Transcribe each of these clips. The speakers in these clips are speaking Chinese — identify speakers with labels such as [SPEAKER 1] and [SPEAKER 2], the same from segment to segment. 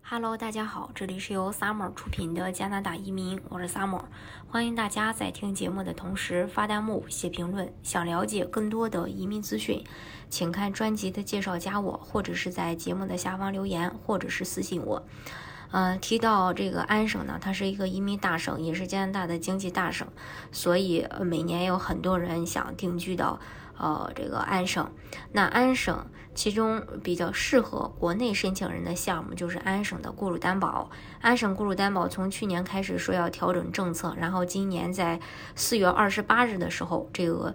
[SPEAKER 1] Hello， 大家好，这里是由 Summer 出品的加拿大移民，我是 Summer， 欢迎大家在听节目的同时发弹幕、写评论。想了解更多的移民资讯，请看专辑的介绍加我，或者是在节目的下方留言，或者是私信我。提到这个安省呢，它是一个移民大省，也是加拿大的经济大省，所以每年有很多人想定居到这个安省。那安省其中比较适合国内申请人的项目就是安省的雇主担保。安省雇主担保从去年开始说要调整政策，然后今年在4月28日的时候，这个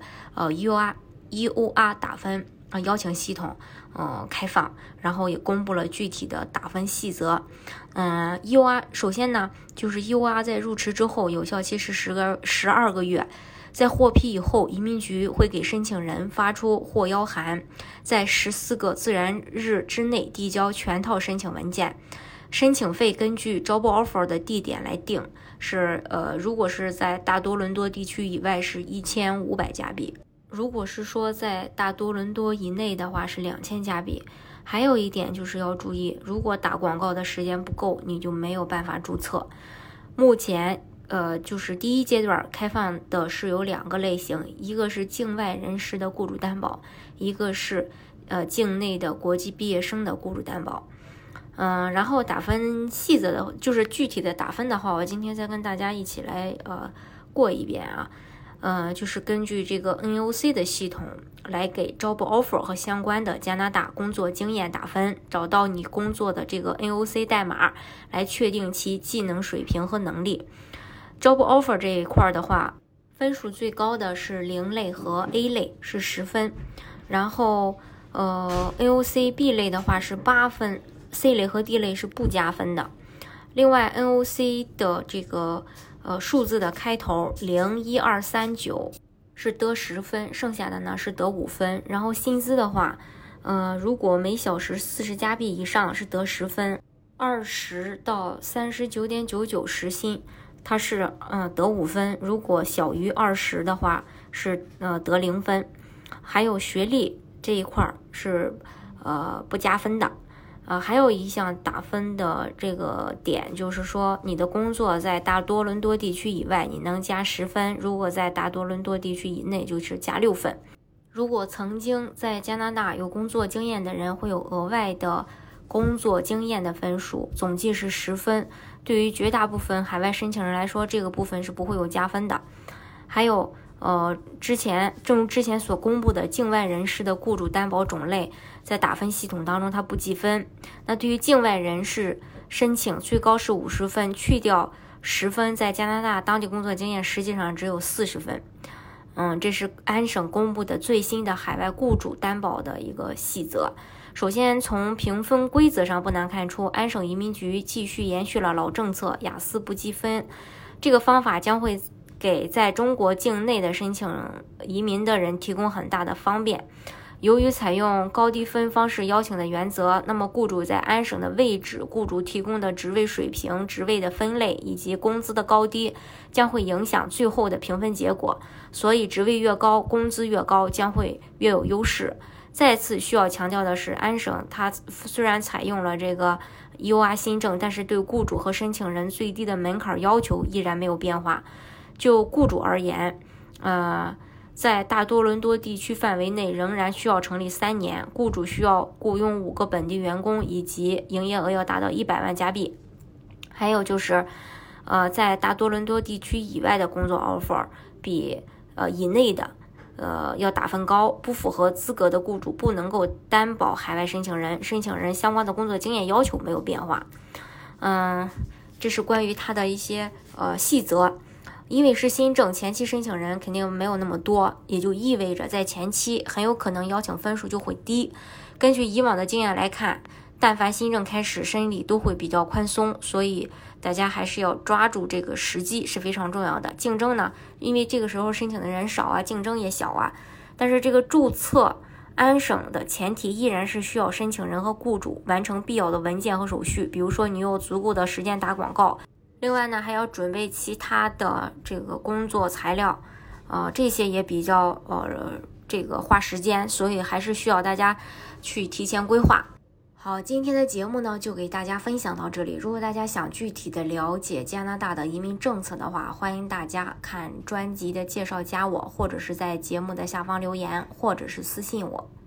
[SPEAKER 1] EOR 打分邀请系统开放，然后也公布了具体的打分细则。EOR 首先呢，就是 EOR 在入池之后有效期是12个月，在获批以后，移民局会给申请人发出获邀函，在14个自然日之内递交全套申请文件。申请费根据 job offer 的地点来定，是如果是在大多伦多地区以外是1500加币，如果是说在大多伦多以内的话是2000加币。还有一点就是要注意，如果打广告的时间不够，你就没有办法注册。目前就是第一阶段开放的是有2个类型，一个是境外人士的雇主担保，一个是境内的国际毕业生的雇主担保。然后打分细则的，就是具体的打分的话，我今天再跟大家一起来过一遍啊。就是根据这个 NOC 的系统来给 job offer 和相关的加拿大工作经验打分，找到你工作的这个 NOC 代码来确定其技能水平和能力。job offer 这一块的话，分数最高的是0类和 A 类是10分，然后NOC B 类的话是8分， C 类和 D 类是不加分的。另外 NOC 的这个数字的开头0、1、2、3、9是得10分，剩下的呢是得5分。然后薪资的话，如果每小时40加币以上是得10分，20到39.99时薪它是得5分，如果小于20的话是得0分。还有学历这一块是不加分的。还有一项打分的这个点就是说，你的工作在大多伦多地区以外你能加10分，如果在大多伦多地区以内就是加6分。如果曾经在加拿大有工作经验的人会有额外的工作经验的分数，总计是10分。对于绝大部分海外申请人来说，这个部分是不会有加分的。还有正如之前所公布的境外人士的雇主担保种类，在打分系统当中它不计分。那对于境外人士申请最高是50分，去掉10分在加拿大当地工作经验，实际上只有40分。这是安省公布的最新的海外雇主担保的一个细则。首先从评分规则上不难看出，安省移民局继续延续了老政策，雅思不计分。这个方法将会给在中国境内的申请移民的人提供很大的方便。由于采用高低分方式邀请的原则，那么雇主在安省的位置、雇主提供的职位水平、职位的分类以及工资的高低将会影响最后的评分结果，所以职位越高，工资越高将会越有优势。再次需要强调的是，安省它虽然采用了这个 EOR 新政，但是对雇主和申请人最低的门槛要求依然没有变化。就雇主而言，在大多伦多地区范围内仍然需要成立3年，雇主需要雇佣5个本地员工，以及营业额要达到100万加币。还有就是在大多伦多地区以外的工作 offer 比以内的要打分高，不符合资格的雇主不能够担保海外申请人，申请人相关的工作经验要求没有变化。这是关于它的一些细则。因为是新政，前期申请人肯定没有那么多，也就意味着在前期很有可能邀请分数就会低。根据以往的经验来看，但凡新政开始，审理都会比较宽松，所以大家还是要抓住这个时机是非常重要的。竞争呢，因为这个时候申请的人少啊，竞争也小啊，但是这个注册安省的前提依然是需要申请人和雇主完成必要的文件和手续，比如说你有足够的时间打广告，另外呢还要准备其他的这个工作材料，这些也比较这个花时间，所以还是需要大家去提前规划。 好，今天的节目呢就给大家分享到这里。如果大家想具体的了解加拿大的移民政策的话，欢迎大家看专辑的介绍加我，或者是在节目的下方留言，或者是私信我。